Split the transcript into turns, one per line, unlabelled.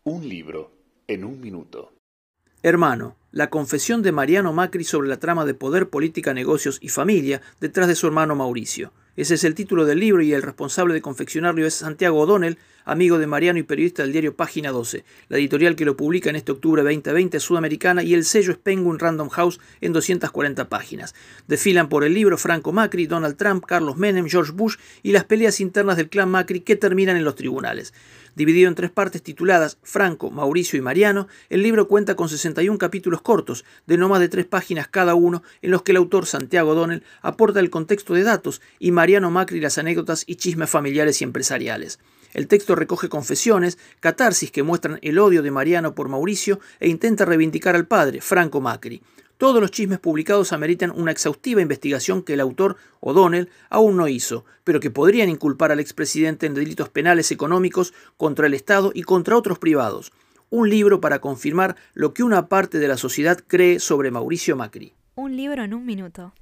Un libro en un minuto.
Hermano, la confesión de Mariano Macri sobre la trama de poder, política, negocios y familia detrás de su hermano Mauricio. Ese es el título del libro y el responsable de confeccionarlo es Santiago O'Donnell, amigo de Mariano y periodista del diario Página 12. La editorial que lo publica en este octubre 2020 es sudamericana y el sello es Penguin Random House en 240 páginas. Desfilan por el libro Franco Macri, Donald Trump, Carlos Menem, George Bush y las peleas internas del clan Macri que terminan en los tribunales. Dividido en tres partes tituladas Franco, Mauricio y Mariano, el libro cuenta con 61 capítulos cortos, de no más de 3 páginas cada uno, en los que el autor Santiago O'Donnell aporta el contexto de datos y Mariano Macri las anécdotas y chismes familiares y empresariales. El texto recoge confesiones, catarsis que muestran el odio de Mariano por Mauricio e intenta reivindicar al padre, Franco Macri. Todos los chismes publicados ameritan una exhaustiva investigación que el autor, O'Donnell, aún no hizo, pero que podrían inculpar al expresidente en delitos penales económicos contra el Estado y contra otros privados. Un libro para confirmar lo que una parte de la sociedad cree sobre Mauricio Macri.
Un libro en un minuto.